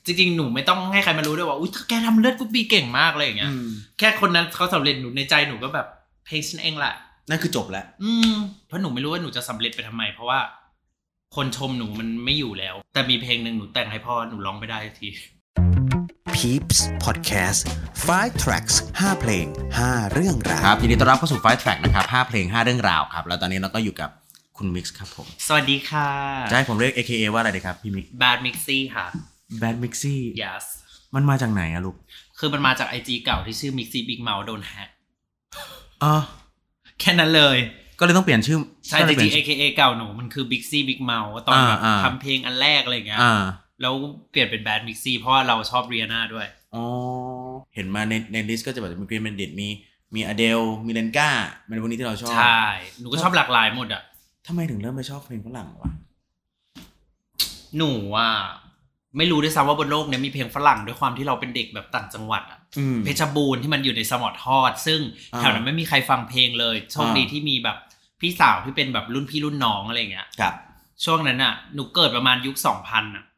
จริงๆหนูไม่ต้องให้ใครมารู้ด้วยว่าอุ๊ยแกทำเลือดกรุ๊ปบีเก่งมากเลยอย่างเงี้ยแค่คนนั้นเขาสำเร็จหนูในใจหนูก็แบบเพลงฉันเองแหละนั่นคือจบแล้วเพราะหนูไม่รู้ว่าหนูจะสำเร็จไปทำไมเพราะว่าคนชมหนูมันไม่อยู่แล้วแต่มีเพลงนึงหนูแต่งให้พ่อหนูร้องไม่ได้ที Peeps Podcast 5 Tracks 5 เพลง 5 เรื่องราวครับยินดีต้อนรับเข้าสู่5 Track นะครับ5เพลง5เรื่องราวครับแล้วตอนนี้เราก็อยู่กับคุณมิกซ์ครับผมสวัสดีค่ะจะให้ผมเรียก AKA ว่าอะไรดีครับพี่มิก Bad Mixie ค่ะ Bad Mixie Yes มันมาจากไหนอะลูกคือมันมาจาก IG เก่าที่ชื่อ Mixie Big Mouth โดนแฮกแค่นั้นเลยก็เลยต้องเปลี่ยนชื่อใช่จริงๆ AKA เก่าหนูมันคือ Mixie Big Mouth ตอนแบบทำเพลงอันแรกอะไรอย่างเงี้ยแล้วเปลี่ยนเป็น Bad Mixie เพราะว่าเราชอบ Rihanna ด้วยเห็นมาในลิสต์ก็จะแบบมี Green Bandit มี Adele มี Lenka เป็นพวกนี้ที่เราชอบใช่หนูก็ชอบหลากหลายหมดอ่ะทำไมถึงเริ่มไปชอบเพลงฝรั่งวะหนูอ่ะไม่รู้ด้วยซ้ำว่าบนโลกนี้มีเพลงฝรั่งด้วยความที่เราเป็นเด็กแบบต่างจังหวัดอ่ะเพชรบูรณ์ที่มันอยู่ในสมอทอดซึ่งแถวนั้นไม่มีใครฟังเพลงเลยโชคดีที่มีแบบพี่สาวที่เป็นแบบรุ่นพี่รุ่นน้องอะไรอย่างเงี้ยครับช่วงนั้นอ่ะหนูเกิดประมาณยุค 2000 อ่ะ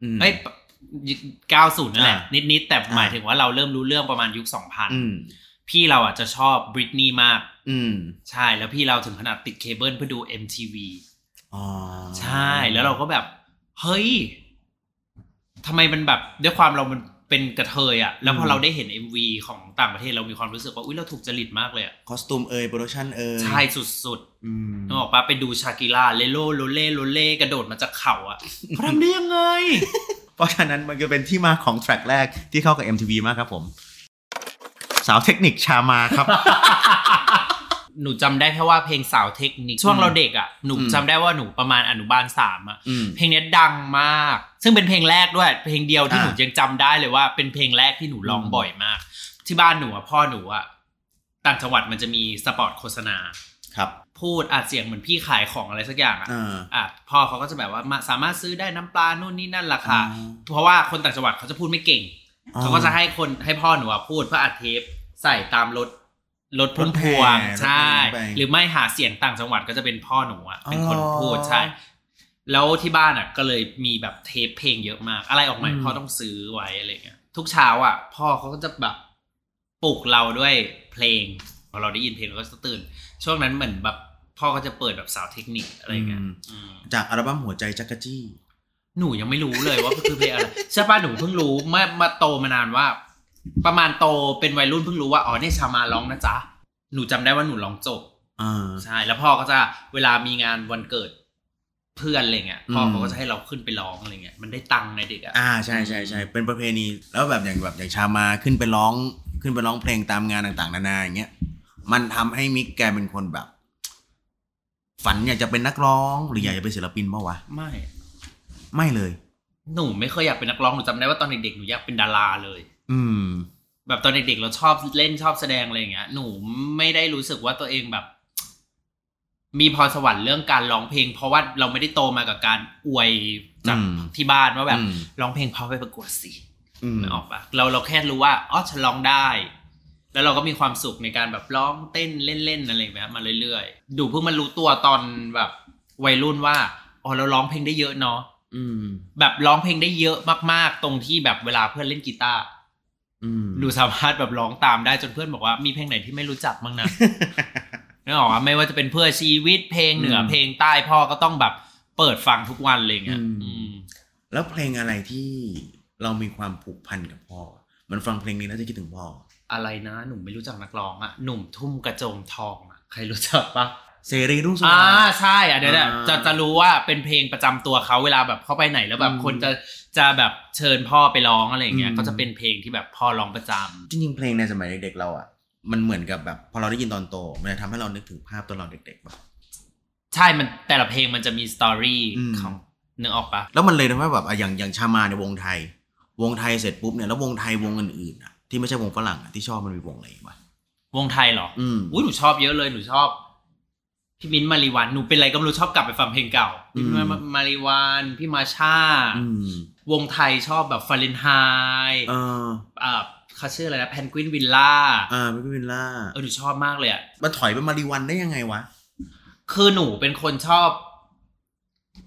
90นั่นแหละนิดๆแต่หมายถึงว่าเราเริ่มรู้เรื่องประมาณยุค 2000พี่เราอ่ะจะชอบบริตนีย์มากใช่แล้วพี่เราถึงขนาดติดเคเบิลเพื่อดู MTV ใช่แล้วเราก็แบบเฮ้ยทำไมมันแบบด้วยความเรามันเป็นกระเทยอ่ะแล้วพอเราได้เห็น MV ของต่างประเทศเรามีความรู้สึกว่าอุ๊ยเราถูกจริตมากเลยอ่ะคอสตูมโปรดักชั่นใช่สุดๆนึกออกปะไปดูชากิร่าเลโลโลเล่กระโดดมาจากเขาอ่ะเขาทำได้ยังไงเพราะฉะนั้นมันก็เป็นที่มาของแทร็กแรกที่เข้ากับ MTV มากครับผมสาวเทคนิคชามาครับหนูจำได้แค่ว่าเพลงสาวเทคนิคช่วงเราเด็กอ่ะหนูจำได้ว่าหนูประมาณอนุบาล3อ่ะเพลงนี้ดังมากซึ่งเป็นเพลงแรกด้วยเพลงเดียวที่หนูยังจำได้เลยว่าเป็นเพลงแรกที่หนูร้องบ่อยมากที่บ้านหนูอ่ะพ่อหนูอ่ะต่างจังหวัดมันจะมีสปอตโฆษณาครับพูดเสียงเหมือนพี่ขายของอะไรสักอย่างพ่อเขาก็จะแบบว่าสามารถซื้อได้น้ำปลานู่นนี่นั่นราคาเพราะว่าคนต่างจังหวัดเขาจะพูดไม่เก่งเขาก็จะให้พ่อหนูพูดเพื่ออัดเทปใส่ตามรถพุ่มพวงใช่หรือไม่หาเสียงต่างจังหวัดก็จะเป็นพ่อหนูเป็นคนพูดใช่แล้วที่บ้านก็เลยมีแบบเทปเพลงเยอะมากอะไรออกใหม่พ่อต้องซื้อไว้อะไรเงี้ยทุกเช้าพ่อเขาก็จะแบบปลุกเราด้วยเพลงพอเราได้ยินเพลงเราก็จะตื่นช่วงนั้นเหมือนแบบพ่อก็จะเปิดแบบสาวเทคนิคอะไรเงี้ยจากอัลบั้มหัวใจจักรจี้หนูยังไม่รู้เลยว่าคือเพลงอะไรใช่ป่ะหนูเพิ่งรู้มาโตมานานว่าประมาณโตเป็นวัยรุ่นเพิ่งรู้ว่านี่ชามาร้องนะจ๊ะหนูจำได้ว่าหนูร้องจบใช่แล้วพ่อก็จะเวลามีงานวันเกิดเพื่อนอะไรเงี้ยพ่อเขาก็จะให้เราขึ้นไปร้องอะไรเงี้ยมันได้ตังค์ในเด็กใช่เป็นประเพณีแล้วแบบอย่างชามาขึ้นไปร้องเพลงตามงานต่างๆนานาอย่างเงี้ยมันทำให้มิกแกเป็นคนแบบฝันอยากจะเป็นนักร้องหรืออยากจะเป็นศิลปินป่ะวะไม่เลยหนูไม่เคยอยากเป็นนักร้องหนูจำได้ว่าตอนเด็กๆหนูอยากเป็นดาราเลยแบบตอนเด็กๆเราชอบเล่นชอบแสดงอะไรอย่างเงี้ยหนูไม่ได้รู้สึกว่าตัวเองแบบมีพรสวรรค์เรื่องการร้องเพลงเพราะว่าเราไม่ได้โตมากับการอวยจากที่บ้านว่าแบบร้องเพลงเพราะไปประกวดสิไม่ออกปะเราแค่รู้ว่าฉันร้องได้แล้วเราก็มีความสุขในการแบบร้องเต้นเล่นๆอะไรแบบมาเรื่อยๆดูเพิ่งมารู้ตัวตอนแบบวัยรุ่นว่าเราร้องเพลงได้เยอะเนาะแบบร้องเพลงได้เยอะมากๆตรงที่แบบเวลาเพื่อนเล่นกีตาร์ดูสามารถแบบร้องตามได้จนเพื่อนบอกว่ามีเพลงไหนที่ไม่รู้จักบ้างนะนึกออกว่าไม่ว่าจะเป็นเพื่อชีวิตเพลงเหนือเพลงใต้พ่อก็ต้องแบบเปิดฟังทุกวันเลยไงแล้วเพลงอะไรที่เรามีความผูกพันกับพ่อมันฟังเพลงนี้แล้วจะคิดถึงพ่ออะไรนะหนุ่มไม่รู้จักนักร้องหนุ่มทุ่มกระโจมทองใครรู้จักปะเสรีรุ่งสุวรรณใช่เดี๋ยวจะรู้ว่าเป็นเพลงประจำตัวเขาเวลาแบบเข้าไปไหนแล้วแบบคนจะแบบเชิญพ่อไปร้องอะไรอย่างเงี้ยก็จะเป็นเพลงที่แบบพ่อร้องประจำจริงๆเพลงในสมัยเด็กๆเรามันเหมือนกับแบบพอเราได้ยินตอนโตมันจะทำให้เรานึกถึงภาพตอนเราเด็กๆแบบใช่มันแต่ละเพลงมันจะมีสตอรี่ของนึกออกปะแล้วมันเลยทำให้แบบอย่างชามาในวงไทยเสร็จปุ๊บเนี่ยแล้ววงไทยวงอื่นๆที่ไม่ใช่วงฝรั่งที่ชอบมันมีวงอะไรวะวงไทยเหรอหนูชอบเยอะเลยหนูชอบพี่มิ้นท์มาริวันหนูเป็นอะไรก็ไม่รู้ชอบกลับไปฟังเพลงเก่าพี่มิ้นท์มาริวันพี่มาชาวงไทยชอบแบบฟาเรนไฮต์เขาชื่ออะไรนะแพนกวินวิลล่าแพนกวินวิลล่าหนูชอบมากเลยมันถอยไปมาริวันได้ยังไงวะคือหนูเป็นคนชอบ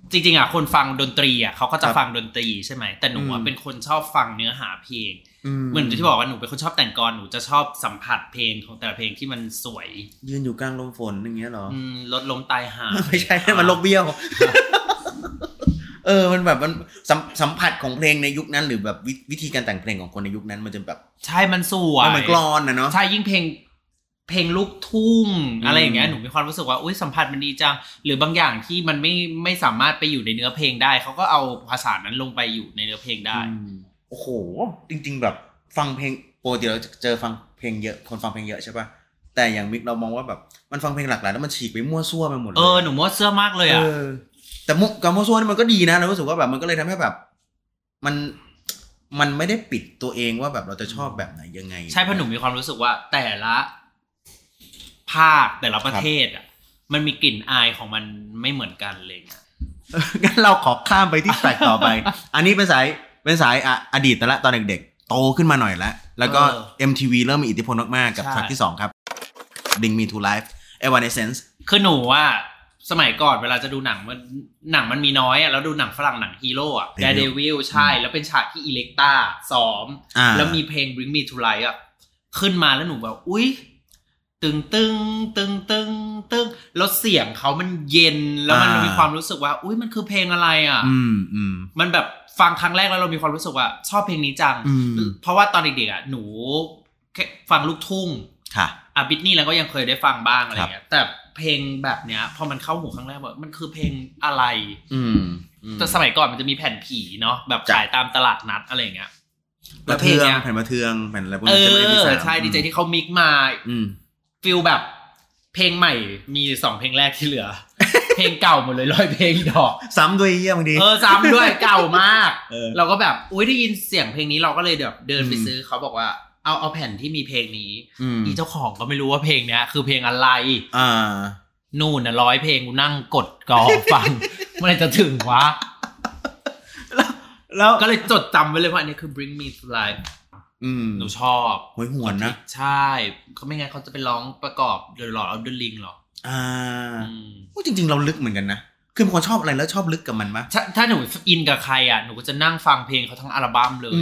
จริงๆอ่ะคนฟังดนตรีอ่ะเขาก็จะฟังดนตรีใช่ไหมแต่หนูเป็นคนชอบฟังเนื้อหาเพลงเหมือนที่บอกว่าหนูเป็นคนชอบแต่งกลอนหนูจะชอบสัมผัสเพลงของแต่ละเพลงที่มันสวยยืนอยู่กลางลมฝนอย่างเงี้ยหรอรถล้มตายหาไม่ใช่มันโลกเบี้ยวมันแบบมันสัมผัสของเพลงในยุคนั้นหรือแบบวิธีการแต่งเพลงของคนในยุคนั้นมันจะแบบใช่มันสวยมันเหมือนกลอนนะเนาะใช่ยิ่งเพลงลูกทุ่งอะไรอย่างเงี้ยหนูมีความรู้สึกว่าอุ๊ยสัมผัสมันดีจังหรือบางอย่างที่มันไม่สามารถไปอยู่ในเนื้อเพลงได้เขาก็เอาภาษานั้นลงไปอยู่ในเนื้อเพลงได้โอ้โหจริงๆแบบฟังเพลงปกติเราเจอฟังเพลงเยอะคนฟังเพลงเยอะใช่ป่ะแต่อย่างมิกเรามองว่าแบบมันฟังเพลงหลากหลายแล้วมันฉีกไปมั่วซั่วไปหมดเลยหนูมั่วซั่วมากเลยอ่ะแต่การมั่วซั่วนี่มันก็ดีนะเรารู้สึกว่าแบบมันก็เลยทำให้แบบมันไม่ได้ปิดตัวเองว่าแบบเราจะชอบแบบไหนยังไงใช่เพราะหนูมีความรู้สึกว่าแต่ละภาคแต่ละประเทศอ่ะมันมีกลิ่นอายของมันไม่เหมือนกันเลยงั้นเราขอข้ามไปที่แทร็กต่อไป อันนี้เป็นสายอดีตแต่ละตอนเด็กๆโตขึ้นมาหน่อยแล้วก็ MTV เริ่มมีอิทธิพลมากๆกับแทร็กที่2ครับ Bring Me to Life Evanescence คือหนูว่าสมัยก่อนเวลาจะดูหนังมันมีน้อยอ่ะแล้วดูหนังฝรั่งหนังฮีโร่อ่ะ Daredevil ใช่แล้วเป็นฉากที่อิเล็กต้าซ้อมแล้วมีเพลง Bring Me to Life อ่ะขึ้นมาแล้วหนูแบบอุ๊ยตึงแล้วเสียงเขามันเย็นแล้วมันมีความรู้สึกว่าอุ๊ยมันคือเพลงอะไรอ่ะมันแบบฟังครั้งแรกแล้วเรามีความรู้สึกว่าชอบเพลงนี้จังเพราะว่าตอนเด็กๆอ่ะหนูฟังลูกทุ่งค่ะบิทนี่แล้วก็ยังเคยได้ฟังบ้างอะไรเงี้ยแต่เพลงแบบเนี้ยพอมันเข้าหูครั้งแรกแบบมันคือเพลงอะไรแต่สมัยก่อนมันจะมีแผ่นผีเนาะแบบขายตามตลาดนัดอะไรเงี้ยแล้วเพลงเนี้ยแผ่นมาเทืองแผ่นอะไรพวกนี้ใช่ดีใจที่เขามิกมาฟีลแบบเพลงใหม่มี2เพลงแรกที่เหลือ เพลงเก่าหมดเลย100เพลงดอกซ้ำด้วยเยี่ยมดีซ้ำด้วยเก่ามากเราก็แบบอุ๊ยได้ยินเสียงเพลงนี้เราก็เลยแบบเดินไปซื้อเขาบอกว่าเอาแผ่นที่มีเพลงนี้อีเจ้าของก็ไม่รู้ว่าเพลงเนี้ยคือเพลงอะไรนู่นน่ะ100เพลงกูนั่งกดกอฟังเมื่อไหร่จะถึงวะแล้วก็เลยจดจำไว้เลยว่าอันนี้คือ Bring Me to Lifeหนูชอบหวยหวนนะใช่เขาไม่งั้นเขาจะไปร้องประกอบ The Lord of the Ring หรอจริงๆเราลึกเหมือนกันนะคือเป็นคนชอบอะไรแล้วชอบลึกกับมันมั้ยถ้าหนูอินกับใครอ่ะหนูก็จะนั่งฟังเพลงเขาทั้งอัลบั้มเลย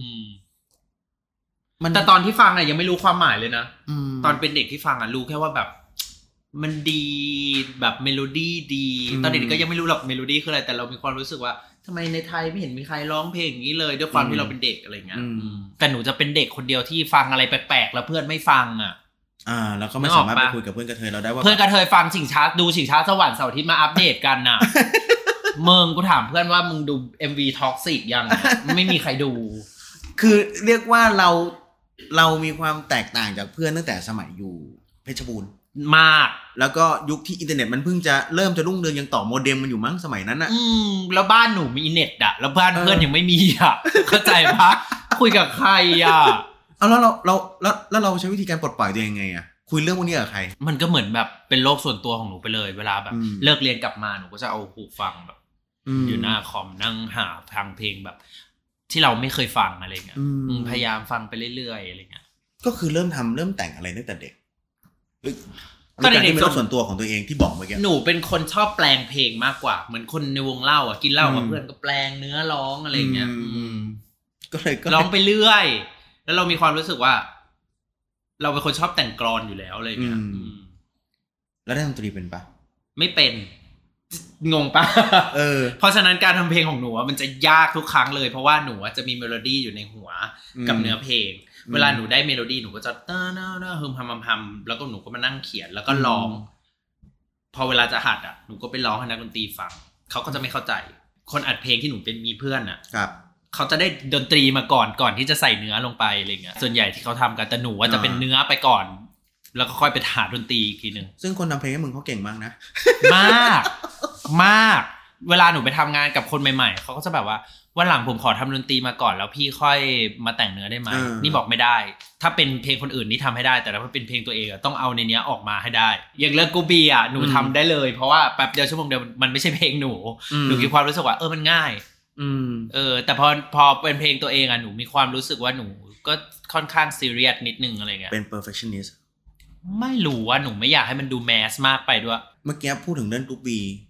แต่ตอนที่ฟังน่ะยังไม่รู้ความหมายเลยนะตอนเป็นเด็กที่ฟังอ่ะรู้แค่ว่าแบบมันดีแบบเมโลดี้ดีตอนเด็กก็ยังไม่รู้หรอกเมโลดี้คืออะไรแต่เรามีความรู้สึกว่าทำไมในไทยไม่เห็นมีใครร้องเพลงอย่างนี้เลยด้วยความที่เราเป็นเด็กอะไรเงี้ยแต่หนูจะเป็นเด็กคนเดียวที่ฟังอะไรแปลกๆแล้วเพื่อนไม่ฟังอ่ะแล้วก็ไม่สามารถไปคุยกับเพื่อนกระเทยเราได้ว่าเพื่อนกระเทยฟังชิงช้าดูชิงช้าสวรรค์เสาร์อาทิตย์มาอัปเดตกันน่ะมึงกูถามเพื่อนว่ามึงดู MV Toxic ยังไม่มีใครดูคือเรียกว่าเรามีความแตกต่างจากเพื่อนตั้งแต่สมัยอยู่เพชรบูรณ์มากแล้วก็ยุคที่อินเทอร์เน็ตมันเพิ่งจะเริ่มจะรุ่งเรืองยังต่อโมเด็มมันอยู่มั้งสมัยนั้นน่ะแล้วบ้านหนูมีเน็ตอ่ะแล้วบ้านเพื่อนยังไม่มีอ่ะเข้าใจปะคุยกับใครอ่ะแล้วเราใช้วิธีการปลดปล่อยตัวเองไงอ่ะคุยเรื่องพวกนี้กับใครมันก็เหมือนแบบเป็นโลกส่วนตัวของหนูไปเลยเวลาแบบเลิกเรียนกลับมาหนูก็จะเอาหูฟังแบบอยู่หน้าคอมนั่งหาฟังเพลงแบบที่เราไม่เคยฟังอะไรเงี้ยพยายามฟังไปเรื่อยๆอะไรเงี้ยก็คือเริ่มแต่งอะไรตั้งแต่เด็กตอนเด็กเป็นโลกส่วนตัวของตัวเองที่บอกเมื่อกี้หนูเป็นคนชอบแปลงเพลงมากกว่าเหมือนคนในวงเล่าอ่ะกินเหล้ากับเพื่อนก็แปลงเนื้อร้องอะไรเงี้ยก็เลยร้องไปเรื่อยแล้วเรามีความรู้สึกว่าเราเป็นคนชอบแต่งกลอนอยู่แล้วอะไรเงี้ยแล้วได้ดนตรีเป็นปะไม่เป็นงงปะเพราะฉะนั้นการทำเพลงของหนูมันจะยากทุกครั้งเลยเพราะว่าหนูจะมีเมโลดี้อยู่ในหัวกับเนื้อเพลงเวลาหนูได้เมโลดี้หนูก็จะฮึมฮัมแล้วก็หนูก็มานั่งเขียนแล้วก็ร้องพอเวลาจะหัดอ่ะหนูก็ไปร้องให้นักดนตรีฟังเขาก็จะไม่เข้าใจคนอัดเพลงที่หนูเป็นมีเพื่อนอ่ะเขาจะได้ดนตรีมาก่อนที่จะใส่เนื้อลงไปอะไรเงี้ยส่วนใหญ่ที่เขาทำกันแต่หนูว่าจะเป็นเนื้อไปก่อนแล้วก็ค่อยไปหาดนตรีอีกทีนึงซึ่งคนทำเพลงให้มึงเขาเก่งมากนะมากเวลาหนูไปทำงานกับคนใหม่ๆเขาก็จะแบบว่าวันหลังผมขอทำดนตรีมาก่อนแล้วพี่ค่อยมาแต่งเนื้อได้ไหมนี่บอกไม่ได้ถ้าเป็นเพลงคนอื่นนี่ทำให้ได้แต่ถ้าเป็นเพลงตัวเองต้องเอาในเนี้ยออกมาให้ได้อย่างเลิกกูบีหนูทำได้เลยเพราะว่าแป๊บเดียวชั่วโมงเดียวมันไม่ใช่เพลงหนูมีความรู้สึกว่ามันง่ายแต่พอเป็นเพลงตัวเองหนูมีความรู้สึกว่าหนูก็ค่อนข้างซีเรียสนิดนึงอะไรเงี้ยเป็น perfectionist ไม่รู้ว่าหนูไม่อยากให้มันดูแมสมากไปด้วยเมื่อกี้พูดถึงเรื่องทูบี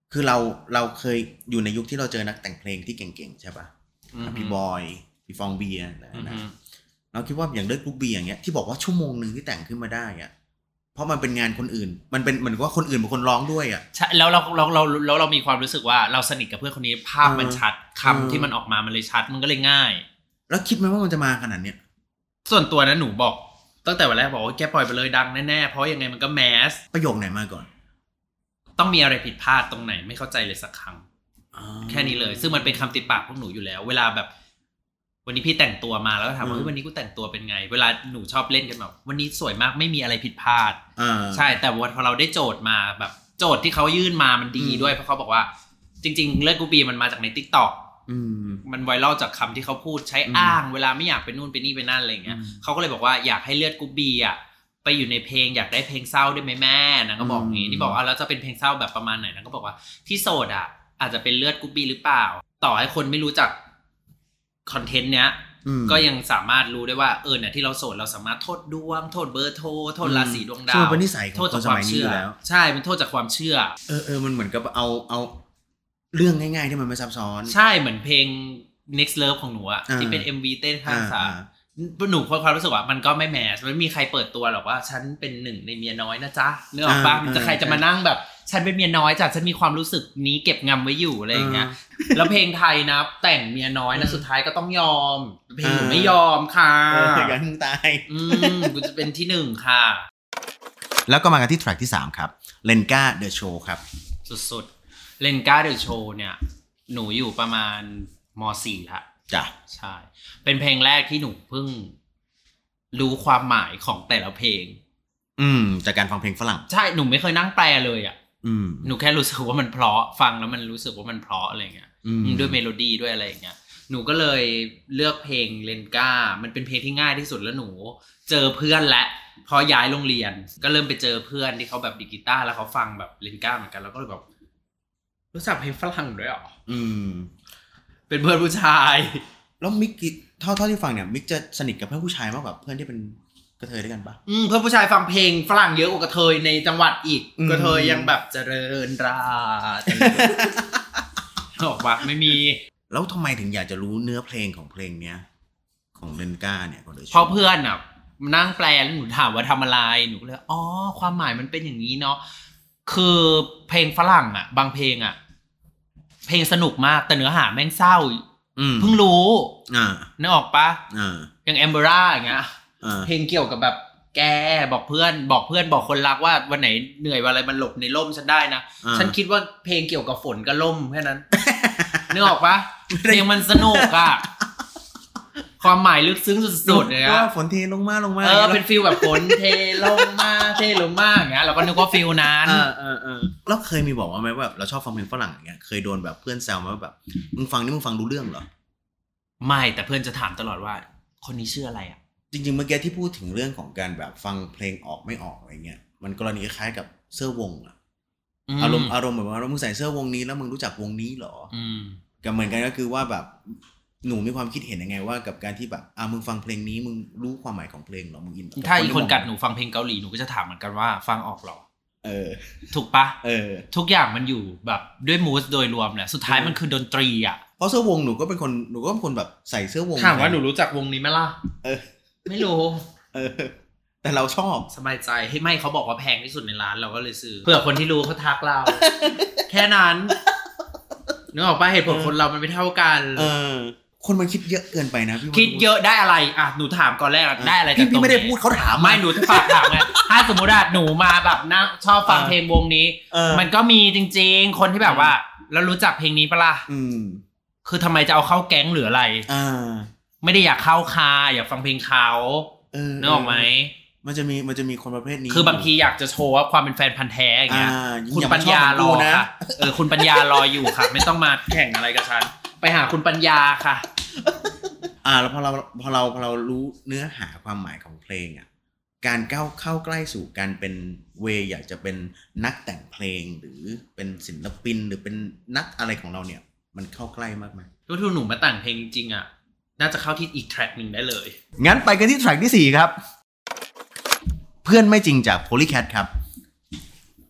คือเราเคยอยู่ในยุคที่เราเจอนักแต่งเพลงที่เก่งๆใช่ป่ะพี่บอยพี่ฟองเบียร์นะเราคิดว่าอย่างเลิศกุ๊กบีอย่างเงี้ยที่บอกว่าชั่วโมงนึงที่แต่งขึ้นมาได้อะเพราะมันเป็นงานคนอื่นมันเป็นเหมือนว่าคนอื่นเป็นคนร้องด้วยอ่ะใช่แล้วเรามีความรู้สึกว่าเราสนิทกับเพื่อนคนนี้ภาพมันชัดคำที่มันออกมามันเลยชัดมันก็เลยง่ายแล้วคิดไหมว่ามันจะมาขนาดเนี้ยส่วนตัวนะหนูบอกตั้งแต่วันแรกบอกว่าแกปล่อยไปเลยดังแน่ๆเพราะยังไงมันก็แมสประโยคไหนมาก่อนต้องมีอะไรผิดพลาดตรงไหนไม่เข้าใจเลยสักครั้งแค่นี้เลยซึ่งมันเป็นคำติดปากพวกหนูอยู่แล้วเวลาแบบวันนี้พี่แต่งตัวมาแล้วก็ถามว่าวันนี้กูแต่งตัวเป็นไงเวลาหนูชอบเล่นกันแบบวันนี้สวยมากไม่มีอะไรผิดพลาดใช่แต่พอเราได้โจทย์มาแบบโจทย์ที่เขายื่นมามันดีด้วยเพราะเขาบอกว่าจริงๆเลิศกูบีมันมาจากใน TikTok มันไวรัลจากคำที่เขาพูดใช้อ้างเวลาไม่อยากไปนู่นไปนี่ไปนั่นอะไรอย่างเงี้ยเขาก็เลยบอกว่าอยากให้เลือดกูบีอ่ะไปอยู่ในเพลงอยากได้เพลงเศร้าได้ไหมแม่นางก็บอกอย่างงี้ที่บอกแล้วจะเป็นเพลงเศร้าแบบประมาณไหนนางก็บอกว่าที่โสดอ่ะอาจจะเป็นเลือดกูบีหรือเปล่าต่อให้คนไม่รู้จักคอนเทนต์เนี้ยก็ยังสามารถรู้ได้ว่าเนี่ยที่เราโสดเราสามารถโทษดวงโทษเบอร์โทรโทษราศีดวงดาวโทษจากความเชื่อใช่เป็นโทษจากความเชื่อมันเหมือนกับเอาเรื่องง่ายๆที่มันไม่ซับซ้อนใช่เหมือนเพลง Next Love ของหนูอะที่เป็น MV เต้นข้างสาหนูความรู้สึกว่ามันก็ไม่แมสไม่มีใครเปิดตัวหรอกว่าฉันเป็นหนึ่งในเมียน้อยนะจ๊ะนึกออกปะมันจะใครจะมานั่งแบบฉันเป็นเมียน้อยจ้ะฉันมีความรู้สึกนี้เก็บงำไว้อยู่อะไรอย่างเงี้ยแล้วเพลงไทยนะแต่งเมียน้อยนะสุดท้ายก็ต้องยอมเพลงหนูไม่ยอมค่ะอยากมึงตายกูจะเป็นที่หนึ่งค่ะแล้วก็มากันที่แทร็กที่3ครับเลนก้าเดอะโชว์ครับสุดๆเลนก้าเดอะโชว์เนี่ยหนูอยู่ประมาณม.4 ละจ้ะใช่เป็นเพลงแรกที่หนูเพิ่งรู้ความหมายของแต่ละเพลงจากการฟังเพลงฝรั่งใช่หนูไม่เคยนั่งแปลเลยอ่ะหนูแค่รู้สึกว่ามันเพราะฟังแล้วมันรู้สึกว่ามันเพราะอะไรเงี้ยด้วยเมโลดี้ด้วยอะไรอย่างเงี้ยหนูก็เลยเลือกเพลงเลนก้ามันเป็นเพลงที่ง่ายที่สุดแล้วหนูเจอเพื่อนและพอย้ายโรงเรียนก็เริ่มไปเจอเพื่อนที่เขาแบบดีดกีตาร์แล้วเขาฟังแบบเลนก้าเหมือนกันแล้วก็เลยแบบรู้จักเพลงฝรั่งด้วยหรอเป็นเพื่อนผู้ชายแล้วมิกเท่าที่ฟังเนี่ยมิกจะสนิทกับเพื่อนผู้ชายมากกว่าเพื่อนที่เป็นกระเทยด้วยกันปะเพื่อนผู้ชายฟังเพลงฝรั่งเยอะกว่ากระเทยในจังหวัดอีกกระเทยยังแบบเจริญราษฎร์บอกว่าไม่มีแล้วทำไมถึงอยากจะรู้เนื้อเพลงของเพลงเนี้ยของเลนก้าเนี่ยเพราะเพื่อนอ่ะนั่งแปลแล้วหนูถามว่าทำอะไรหนูก็เลยความหมายมันเป็นอย่างนี้เนาะคือเพลงฝรั่งอ่ะบางเพลงอ่ะเพลงสนุกมากแต่เนื้อหาแม่งเศร้าเพิ่งรู้นึกออกปะอย่างแอมเบอร่าอย่างเงี้ยเพลงเกี่ยวกับแบบแกบอกเพื่อนบอกคนรักว่าวันไหนเหนื่อยวันอะไรมันหลบในร่มฉันได้นะฉันคิดว่าเพลงเกี่ยวกับฝนกับร่มแค่นั้นนึกออกปะเพลงมันสนุกอ่ะความหมายลึกซึ้งสุดๆเลยว่าฝนเทลงมาเป็นฟีลแบบฝนเทลงมาอย่างเงี้ยเราก็นึกว่าฟีลนั้นแล้วเคยมีบอกว่าไหมว่าเราชอบฟังเพลงฝรั่งอย่างเงี้ยเคยโดนแบบเพื่อนแซวมาแบบมึงฟังรู้เรื่องเหรอไม่แต่เพื่อนจะถามตลอดว่าคนนี้ชื่ออะไรอ่ะจริงๆเมื่อกี้ที่พูดถึงเรื่องของการแบบฟังเพลงออกไม่ออกอะไรเงี้ยมันกรณีคล้ายกับเสื้อวงอะอารมณ์แบบว่ามึงใส่เสื้อวงนี้แล้วมึงรู้จักวงนี้เหรอกับเหมือนกันก็คือว่าแบบหนูมีความคิดเห็นยังไงว่ากับการที่แบบมึงฟังเพลงนี้มึงรู้ความหมายของเพลงเหรอมึงอินถ้าอีกคนกัดหนูฟังเพลงเกาหลีหนูก็จะถามเหมือนกันว่าฟังออกหรอถูกปะทุกอย่างมันอยู่แบบด้วยมูสโดยรวมแหละสุดท้ายมันคือดนตรีอ่ะเพราะเสื้อวงหนูก็เป็นคนแบบใส่เสื้อวงถามว่าหนูรู้จักวงนี้ไหมล่ะไม่รู้แต่เราชอบสบายใจให้ไม่เขาบอกว่าแพงที่สุดในร้านเราก็เลยซื้อเผื่อคนที่รู้เขาทักเราแค่นั้นนึกออกป่ะเหตุผลคนเรามันไม่เท่ากันคนมันคิดเยอะเกินไปนะพี่คิดเยอะได้อะไรหนูถามก่อนแรกได้อะไรจากตรงนี้พี่ไม่ได้พูดเขาถามไม่หนูฝากถามไงถ้าสมมติว่าหนูมาแบบนั่งชอบฟังเพลงวงนี้มันก็มีจริงๆคนที่แบบว่าแล้วรู้จักเพลงนี้ปะล่ะคือทำไมจะเอาเข้าแก๊งหรืออะไรไม่ได้อยากเข้าคาอยากฟังเพลงเขานึกออกไหมมันจะมีคนประเภทนี้คือบางทีอยากจะโชว์ว่าความเป็นแฟนพันธุ์แท้อย่างเงี้ยคุณปัญญารอค่ะคุณปัญญารออยู่ค่ะไม่ต้องมาแข่งอะไรกับฉันไปหาคุณปัญญาค่ะแล้วพอเรารู้เนื้อหาความหมายของเพลงการเข้าใกล้สู่การเป็นอยากจะเป็นนักแต่งเพลงหรือเป็นศิลปินหรือเป็นนักอะไรของเราเนี่ยมันเข้าใกล้มากไหมก็ถ้าหนูมาแต่งเพลงจริงน่าจะเข้าที่อีกแทร็กนึงได้เลยงั้นไปกันที่แทร็กที่4ครับเพื่อนไม่จริงจาก Polycat ครับ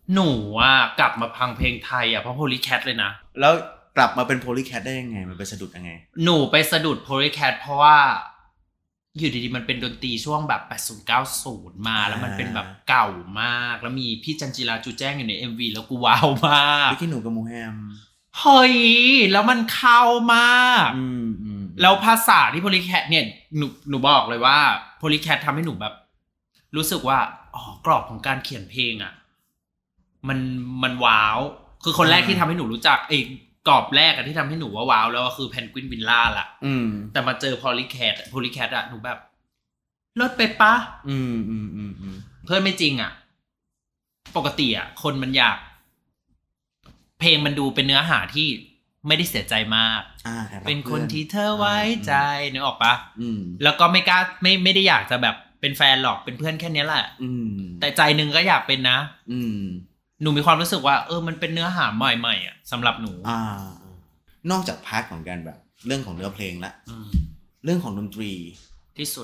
หนูอ่ะกลับมาพังเพลงไทยอ่ะเพราะ Polycat เลยนะแล้วกลับมาเป็น Polycat ได้ยังไงมันไปสะดุดยังไงหนูไปสะดุด Polycat เพราะว่าอยู่ดีๆมันเป็นดนตรีช่วงแบบ80-90มาแล้วมันเป็นแบบเก่ามากแล้วมีพี่จันจิราจูแจ้งอยู่ใน MV แล้วกูว้าวมากพี่หนูกับมูแฮมเฮ้ยแล้วมันเข้ามากแล้วภาษาที่ Polycat เนี่ยหนูบอกเลยว่า Polycat ทำให้หนูแบบรู้สึกว่ากรอบของการเขียนเพลงอ่ะมันว้าวคือคนแรกที่ทำให้หนูรู้จักกรอบแรกที่ทำให้หนูว่าว้าวแล้วก็คือ Penguin Villa ล่ะแต่มาเจอ Polycat อ่ะหนูแบบลดไปปะเพื่อนไม่จริงอ่ะปกติอ่ะคนมันอยากเพลงมันดูเป็นเนื้อหาที่ไม่ได้เสียใจมากเป็นคนที่เธอไว้ใจนึกออกปะแล้วก็ไม่กล้าไม่ได้อยากจะแบบเป็นแฟนหรอกเป็นเพื่อนแค่นี้แหละแต่ใจนึงก็อยากเป็นนะหนูมีความรู้สึกว่ามันเป็นเนื้อหาใหม่ๆอ่ะสำหรับหนูนอกจากพาร์ทของการแบบเรื่องของเนื้อเพลงละเรื่องของดนตรีที่สุด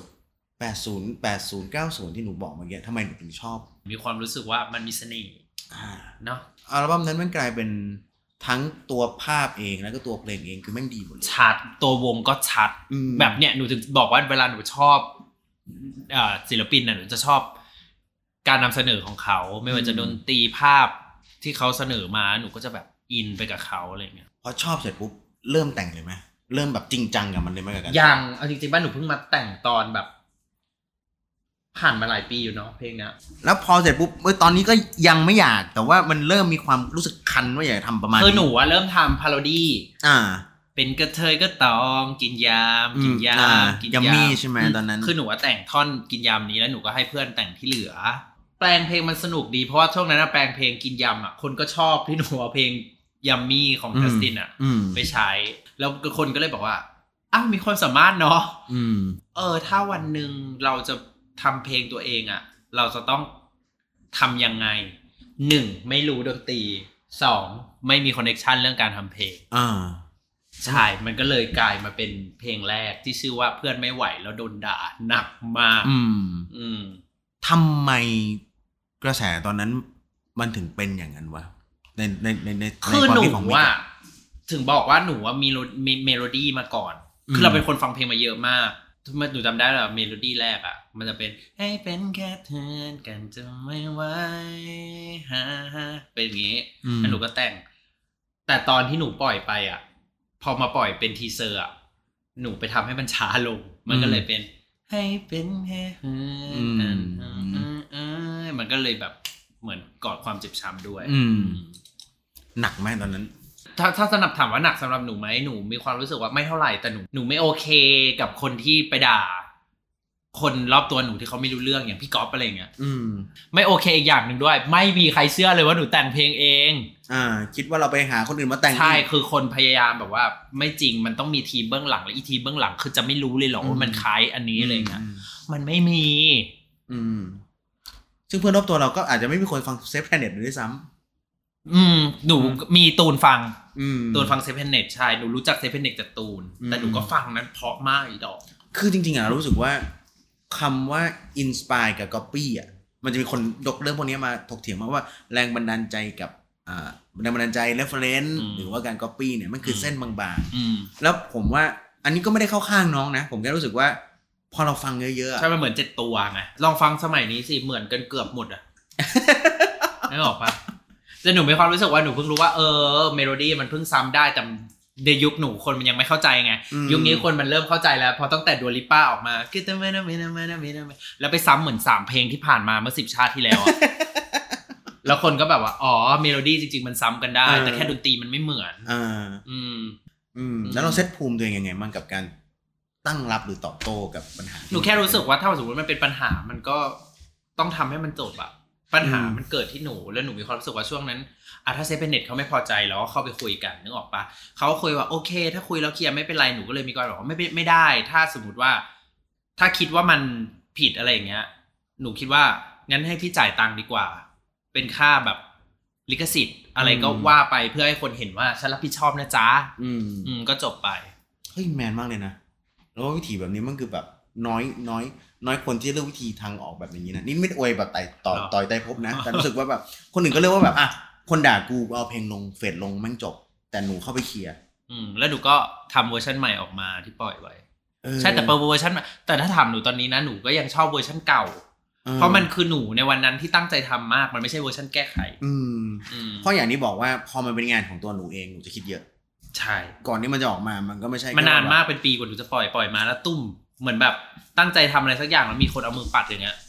80 80 90ที่หนูบอกเมื่อกี้ทำไมหนูถึงชอบมีความรู้สึกว่ามันมีเสน่ห์เนาะอัลบั้มนั้นมันกลายเป็นทั้งตัวภาพเองแล้วก็ตัวเพลงเองคือแม่งดีหมดเลยชัดตัววงก็ชัดแบบเนี้ยหนูถึงบอกว่าเวลาหนูชอบศิลปินน่ะหนูจะชอบการนำเสนอของเขาไม่ว่าจะดนตรีภาพที่เขาเสนอมาหนูก็จะแบบอินไปกับเขาอะไรเงี้ยพอชอบเสร็จปุ๊บเริ่มแต่งเลยไหมเริ่มแบบจริงจังกับมันเลยไหมกันยังเอาจริงๆบ้านหนูเพิ่งมาแต่งตอนแบบผ่านมาหลายปีอยู่เนาะเพลงนี้แล้วพอเสร็จปุ๊บตอนนี้ก็ยังไม่อยากแต่ว่ามันเริ่มมีความรู้สึกคันว่าอยากทำประมาณคือหนูเริ่มทำพาโรดี้เป็นกระเทยก็ตองกินยามกินยำมี่ใช่ไหมตอนนั้นคือหนูว่าแต่งท่อนกินยามนี้แล้วหนูก็ให้เพื่อนแต่งที่เหลือแปลงเพลงมันสนุกดีเพราะว่าช่วงนั้นแปลงเพลงกินยำอ่ะคนก็ชอบที่หนูเอาเพลงยัมมี่ของจัสตินอ่ะไปใช้แล้วคนก็เลยบอกว่าอ้าวมีความสามารถเนาะถ้าวันนึงเราจะทำเพลงตัวเองอ่ะเราจะต้องทำยังไง1ไม่รู้ดนตรี2ไม่มีคอนเนคชันเรื่องการทำเพลงใช่มันก็เลยกลายมาเป็นเพลงแรกที่ชื่อว่าเพื่อนไม่ไหวแล้วโดนด่าหนักมากทำไมกระแสตอนนั้นมันถึงเป็นอย่างนั้นวะในคือหนูว่าถึงบอกว่าหนูว่ามีเมโลดี้มาก่อนคือเราเป็นคนฟังเพลงมาเยอะมากหนูจำได้แล้วเมโลดี้แรกอ่ะมันจะเป็นให้เป็นแค่เพื่อนกันจะไม่ไหวเป็นอย่างงี้แล้วหนูก็แต่งแต่ตอนที่หนูปล่อยไปอ่ะพอมาปล่อยเป็นทีเซอร์อ่ะหนูไปทำให้มันช้าลงมันก็เลยเป็นให้เป็นแค่เพื่อนมันก็เลยแบบเหมือนกอดความเจ็บช้ำด้วยหนักไหมตอนนั้นถ้าสำหรับถามว่าหนักสำหรับหนูไหมหนูมีความรู้สึกว่าไม่เท่าไหร่แต่หนูไม่โอเคกับคนที่ไปด่าคนรอบตัวหนูที่เขาไม่รู้เรื่องอย่างพี่ก๊อฟอะไรเงี้ยไม่โอเคอีกอย่างหนึ่งด้วยไม่มีใครเชื่อเลยว่าหนูแต่งเพลงเองคิดว่าเราไปหาคนอื่นมาแต่งใช่คือคนพยายามแบบว่าไม่จริงมันต้องมีทีมเบื้องหลังและอีทีมเบื้องหลังคือจะไม่รู้เลยหรอว่ามันคล้ายอันนี้อะไรเงี้ยมันไม่มีซึ่งเพื่อนรอบตัวเราก็อาจจะไม่มีคนฟังเซฟแพลเน็ตด้วยซ้ำหนูมีตูนฟังเซฟเพนเน็ตใช่หนูรู้จักเซฟเพนเน็ตจากตูนแต่หนูก็ฟังนั้นเพราะมากอีดอกคือจริงๆรู้สึกว่าคำว่า inspire กับ copy มันจะมีคนยกเรื่องพวกนี้มาถกเถียงมาว่าแรงบันดาลใจกับแรงบันดาลใจ reference หรือว่าการ copy เนี่ยมันคือเส้นบางๆแล้วผมว่าอันนี้ก็ไม่ได้เข้าข้างน้องนะผมแค่รู้สึกว่าพอเราฟังเยอะๆใช่มันเหมือน7ตัวไงลองฟังสมัยนี้สิเหมือนกันเกือบหมดไม่ออกปะแต่หนูมีความรู้สึกว่าหนูเพิ่งรู้ว่าเมโลดี้มันเพิ่งซ้ำได้แต่ในยุคหนูคนมันยังไม่เข้าใจไงยุคนี้คนมันเริ่มเข้าใจแล้วพอตั้งแต่ดัวลิป้าออกมาแล้วไปซ้ำเหมือน3เพลงที่ผ่านมาเมื่อ10ชาติที่แล้วแล้วคนก็แบบว่าเมโลดี้จริงๆมันซ้ำกันได้แต่แค่ดนตรีมันไม่เหมือนแล้วเราเซตภูมิตัวเองยังไงบ้างกับการตั้งรับหรือตอบโต้กับปัญหาหนูแค่รู้สึกว่าถ้าสมมติมันเป็นปัญหามันก็ต้องทำให้มันจบอะปัญหามันเกิดที่หนูแล้วหนูมีความรู้สึกว่าช่วงนั้นถ้าเซฟเน็ตเขาไม่พอใจแล้วก็เข้าไปคุยกันนึกออกปะเขาคุยว่าโอเคถ้าคุยแล้วเคลียร์ไม่เป็นไรหนูก็เลยมีการบอกว่าไม่ได้ถ้าสมมติว่าถ้าคิดว่ามันผิดอะไรอย่างเงี้ยหนูคิดว่างั้นให้พี่จ่ายตังค์ดีกว่าเป็นค่าแบบลิขสิทธิ์อะไรก็ว่าไปเพื่อให้คนเห็นว่าฉันรับผิดชอบนะจ๊ะก็จบไปเฮ้ยแมนมากเลยนะแล้ววิธีแบบนี้มันคือแบบน้อยคนที่เลือกวิธีทางออกแบบนี้นะนี่ไม่อวยแบบต่อยใต้ภพนะแต่รู้สึกว่าแบบคนอื่นก็เลือกว่าแบบคนด่ากูเอาเพลงลงเฟซลงแม่งจบแต่หนูเข้าไปเคลียร์แล้วหนูก็ทำเวอร์ชันใหม่ออกมาที่ปล่อยไว้ใช่แต่เวอร์ชันแต่ถ้าถามหนูตอนนี้นะหนูก็ยังชอบเวอร์ชันเก่าเพราะมันคือหนูในวันนั้นที่ตั้งใจทำมากมันไม่ใช่เวอร์ชันแก้ไขเพราะอย่างนี้บอกว่าพอมันเป็นงานของตัวหนูเองหนูจะคิดเยอะใช่ก่อนที่มันจะออกมามันก็ไม่ใช่มันนานมากเป็นปีกว่าหนูจะปล่อยมาแล้วตุ้มเหมือนแบบตั้งใจทำอะไรสักอย่างแล้วมีคนเอามือปัดอย่างเงี้ย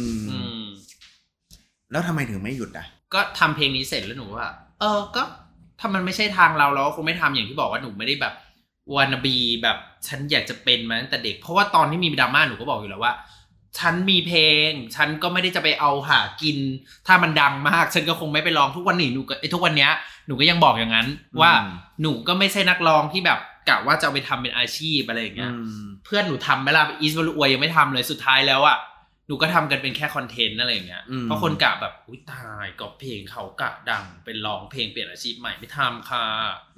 แล้วทำไมถึงไม่หยุดก็ทำเพลงนี้เสร็จแล้วหนูว่าก็ถ้ามันไม่ใช่ทางเราก็คงไม่ทำอย่างที่บอกว่าหนูไม่ได้แบบวานาบีแบบฉันอยากจะเป็นมาตั้งแต่เด็กเพราะว่าตอนที่มีดราม่าหนูก็บอกอยู่แล้วว่าฉันมีเพลงฉันก็ไม่ได้จะไปเอาหากินถ้ามันดังมากฉันก็คงไม่ไปร้องทุกวันนี้ทุกวันเนี้ยหนูก็ยังบอกอย่างนั้นว่าหนูก็ไม่ใช่นักร้องที่แบบกะว่าจะเอาไปทำเป็นอาชีพอะไรอย่างเงี้ยเพื่อนหนูทำไหมล่ะอีสวอลูอวยยังไม่ทำเลยสุดท้ายแล้วอ่ะหนูก็ทำกันเป็นแค่คอนเทนต์อะไรอย่างเงี้ยเพราะคนกะแบบอุ๊ยตายก็เพลงเขากะดังเป็นร้องเพลงเปลี่ยนอาชีพใหม่ไม่ทำค่ะ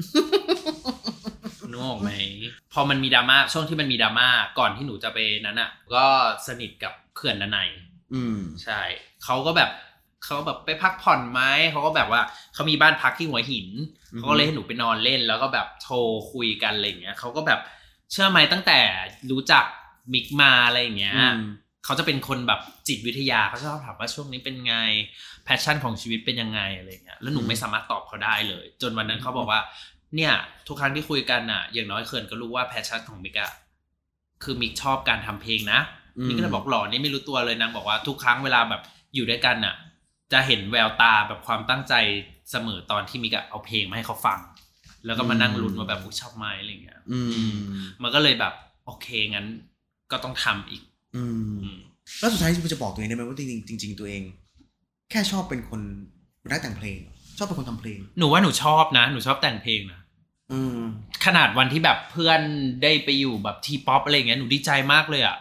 นึกออกไหมพอมันมีดราม่าช่วงที่มันมีดราม่าก่อนที่หนูจะไปนั้นอ่ะก็สนิทกับเขื่อนณัยใช่เขาก็แบบไปพักผ่อนไหมเขาก็แบบว่าเขามีบ้านพักที่หัวหินเขาก็เลยให้หนูไปนอนเล่นแล้วก็แบบโทรคุยกันอะไรอย่างเงี้ยเขาก็แบบเชื่อไหมตั้งแต่รู้จักมิกมาอะไรอย่างเงี้ยเขาจะเป็นคนแบบจิตวิทยาเขาชอบถามว่าช่วงนี้เป็นไงแพชชั่นของชีวิตเป็นยังไงอะไรเงี้ยแล้วหนูไม่สามารถตอบเขาได้เลยจนวันนั้นเขาบอกว่าเนี่ยทุกครั้งที่คุยกันอ่ะอย่างน้อยเขื่อนก็รู้ว่าแพชชั่นของมิกอะคือมิกชอบการทำเพลงนะมิกก็เลยบอกหล่อนี่ไม่รู้ตัวเลยนางบอกว่าทุกครั้งเวลาแบบอยู่ด้วยกันอ่ะจะเห็นแววตาแบบความตั้งใจเสมอตอนที่มิกเอาเพลงมาให้เขาฟังแล้วก็มานั่งลุ้นว่าแบบชอบไหมอะไรเงี้ยมันก็เลยแบบโอเคงั้นก็ต้องทำอีกแล้วสุดท้ายจะบอกตัวเองได้ไหมว่าจริงตัวเองแค่ชอบเป็นคนรักแต่งเพลงชอบเป็นคนทำเพลงหนูว่าหนูชอบนะหนูชอบแต่งเพลงนะขนาดวันที่แบบเพื่อนได้ไปอยู่แบบทีป๊อปอะไรอย่างเงี้ยหนูดีใจมากเลยอ่ะ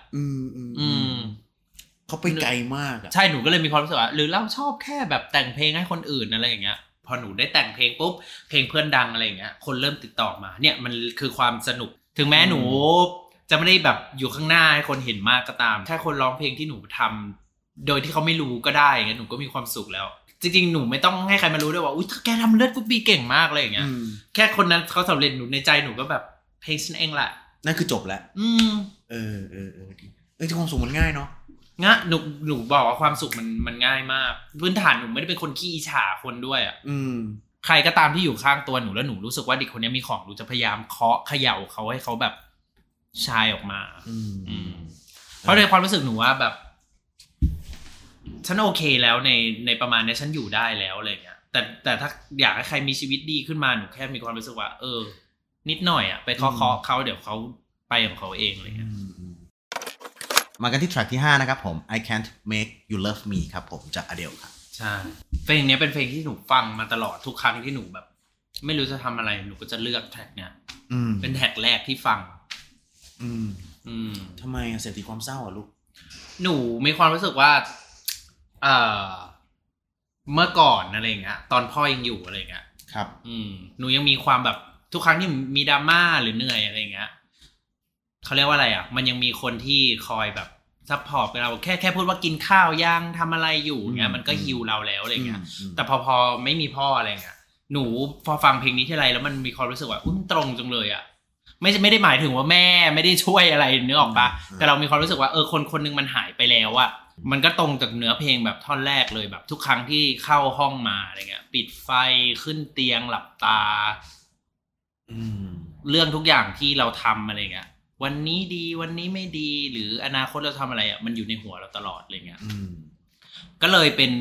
เขาไปไกลมากใช่หนูก็เลยมีความรู้สึกว่าหรือเราชอบแค่แบบแต่งเพลงให้คนอื่นอะไรอย่างเงี้ยพอหนูได้แต่งเพลงปุ๊บเพลงเพื่อนดังอะไรอย่างเงี้ยคนเริ่มติดต่อมาเนี่ยมันคือความสนุกถึงแม้หนูจะไม่ได้แบบอยู่ข้างหน้าให้คนเห็นมากก็ตามแค่คนร้องเพลงที่หนูทำโดยที่เขาไม่รู้ก็ได้งั้นหนูก็มีความสุขแล้วจริงๆหนูไม่ต้องให้ใครมารู้ด้วยว่าอุ๊ยแกทำเลือดกุ๊บบีเก่งมากเลยอย่างเงี้ยแค่คนนั้นเขาสำเร็จหนูในใจหนูก็แบบเพลงฉันเองแหละนั่นคือจบแล้วที่ความสุขมันง่ายเนาะหนูบอกว่าความสุขมันง่ายมากพื้นฐานหนูไม่ได้เป็นคนขี้อิจฉาคนด้วยอ่ะใครก็ตามที่อยู่ข้างตัวหนูแล้วหนูรู้สึกว่าเด็กคนนี้มีของหนูจะพยายามเคาะเขย่าเขาให้เขาแบบชายออกมาเพราะในความรู้สึกหนูว่าแบบฉันโอเคแล้วในประมาณนี้ฉันอยู่ได้แล้วอะไรเงี้ยแต่ถ้าอยากให้ใครมีชีวิตดีขึ้นมาหนูแค่มีความรู้สึกว่านิดหน่อยอ่ะไปเคาะเขาเดี๋ยวเขาไปของเขาเองอะไรเงี้ยมากันที่แทร็กที่5นะครับผม I Can't Make You Love Me ครับผมจาก Adele ครับใช่เพลงนี้เป็นเพลงที่หนูฟังมาตลอดทุกครั้งที่หนูแบบไม่รู้จะทำอะไรหนูก็จะเลือกแทร็กเนี้ยเป็นแทร็กแรกที่ฟังทำไมเสพติดความเศร้าลูกหนูมีความรู้สึกว่าเมื่อก่อนอะไรเงี้ยตอนพ่อยังอยู่อะไรเงี้ยครับหนูยังมีความแบบทุกครั้งที่มีดราม่าหรือเหนื่อยอะไรเงี้ยเขาเรียกว่าอะไรอ่ะมันยังมีคนที่คอยแบบซัพพอร์ตเราแค่พูดว่ากินข้าวยังทำอะไรอยู่เงี้ยมันก็ฮิวเราแล้วอะไรเงี้ยแต่พอไม่มีพ่ออะไรเงี้ยหนูพอฟังเพลงนี้ทีไรแล้วมันมีความรู้สึกว่ามันตรงจังเลยอ่ะไม่ได้หมายถึงว่าแม่ไม่ได้ช่วยอะไรนึกออกปะแต่เรามีความรู้สึกว่าคนนึงมันหายไปแล้วอ่ะมันก็ตรงจากเนื้อเพลงแบบท่อนแรกเลยแบบทุกครั้งที่เข้าห้องมาอะไรเงี้ยปิดไฟขึ้นเตียงหลับตาเรื่องทุกอย่างที่เราทำอะไรเงี้ยวันนี้ดีวันนี้ไม่ดีหรืออนาคตเราทำอะไรอ่ะมันอยู่ในหัวเราตลอดอะไรเงี้ยก็เลยเป็น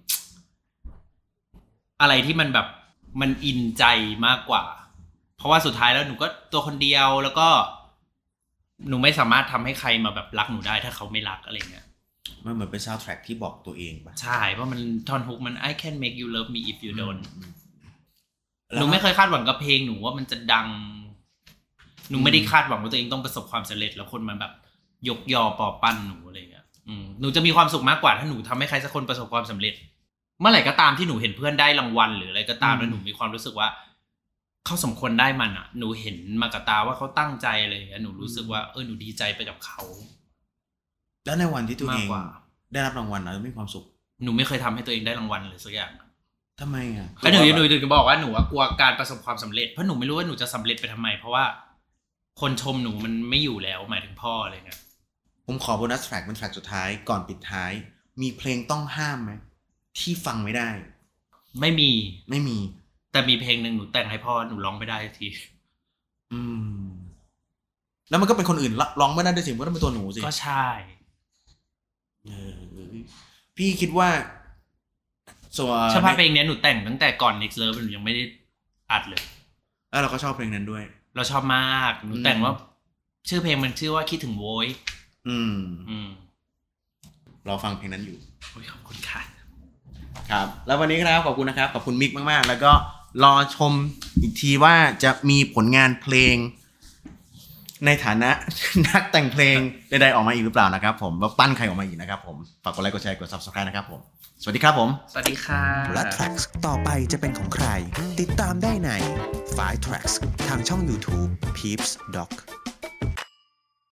อะไรที่มันแบบมันอินใจมากกว่าเพราะว่าสุดท้ายแล้วหนูก็ตัวคนเดียวแล้วก็หนูไม่สามารถทำให้ใครมาแบบรักหนูได้ถ้าเขาไม่รักอะไรเงี้ยมันเหมือนเป็นซาวด์แทร็กที่บอกตัวเองป่ะใช่เพราะมันท่อนฮุกมัน I can make you love me if you don't หนูไม่เคยคาดหวังกับเพลงหนูว่ามันจะดังหนูไม่ได้คาดหวังว่าตัวเองต้องประสบความสำเร็จแล้วคนมันแบบยกยอปอปั้นหนูอะไรเงี้ยหนูจะมีความสุขมากกว่าถ้าหนูทำให้ใครสักคนประสบความสำเร็จเมื่อไหร่ก็ตามที่หนูเห็นเพื่อนได้รางวัลหรืออะไรก็ตามแล้วหนูมีความรู้สึกว่าเขาสมควรได้มันอ่ะหนูเห็นมากับตาว่าเขาตั้งใจอะไรอย่างเงี้ยหนูรู้สึกว่าหนูดีใจไปกับเขาแล้วในวันที่ตัวเองมากกว่าได้รับรางวัลเราจะมีความสุขหนูไม่เคยทำให้ตัวเองได้รางวัลเลยสักอย่างทำไมอ่ะก็หนูจะบอกว่าหนูกลัวการประสบความสำเร็จเพราะหนูไม่รู้ว่าหนูจะสำเร็จไปทำไมเพราะว่าคนชมหนูมันไม่อยู่แล้วหมายถึงพ่ออะไรเงี้ยผมขอโบนัสแทร็กเป็นแทร็กสุดท้ายก่อนปิดท้ายมีเพลงต้องห้ามไหมที่ฟังไม่ได้ไม่มีแต่มีเพลงหนึ่งหนูแต่งให้พ่อหนูร้องไม่ได้ทีแล้วมันก็เป็นคนอื่นร้องไม่ได้ด้วยสิเพราะต้องเป็นตัวหนูสิก็ใช่พี่คิดว่าเฉพาะเพลงนี้หนูแต่งตั้งแต่ก่อน Next Love หนูยังไม่ได้อัดเลยแล้วเราก็ชอบเพลงนั้นด้วยเราชอบมากหนูแต่งว่าชื่อเพลงมันชื่อว่าคิดถึงโว้ยเราฟังเพลงนั้นอยู่ขอบคุณค่ะครับแล้ววันนี้ครับขอบคุณนะครับขอบคุณมิกมากๆแล้วก็รอชมอีกทีว่าจะมีผลงานเพลงในฐานะนักแต่งเพลงใดๆออกมาอีกหรือเปล่านะครับผมว่าปั้นใครออกมาอีกนะครับผมฝากกดไลค์กดแชร์กด Subscribe นะครับผมสวัสดีครับผมสวัสดีค่ะและ Tracks ต่อไปจะเป็นของใครติดตามได้ใน 5 Tracks ทางช่อง YouTube Peeps Doc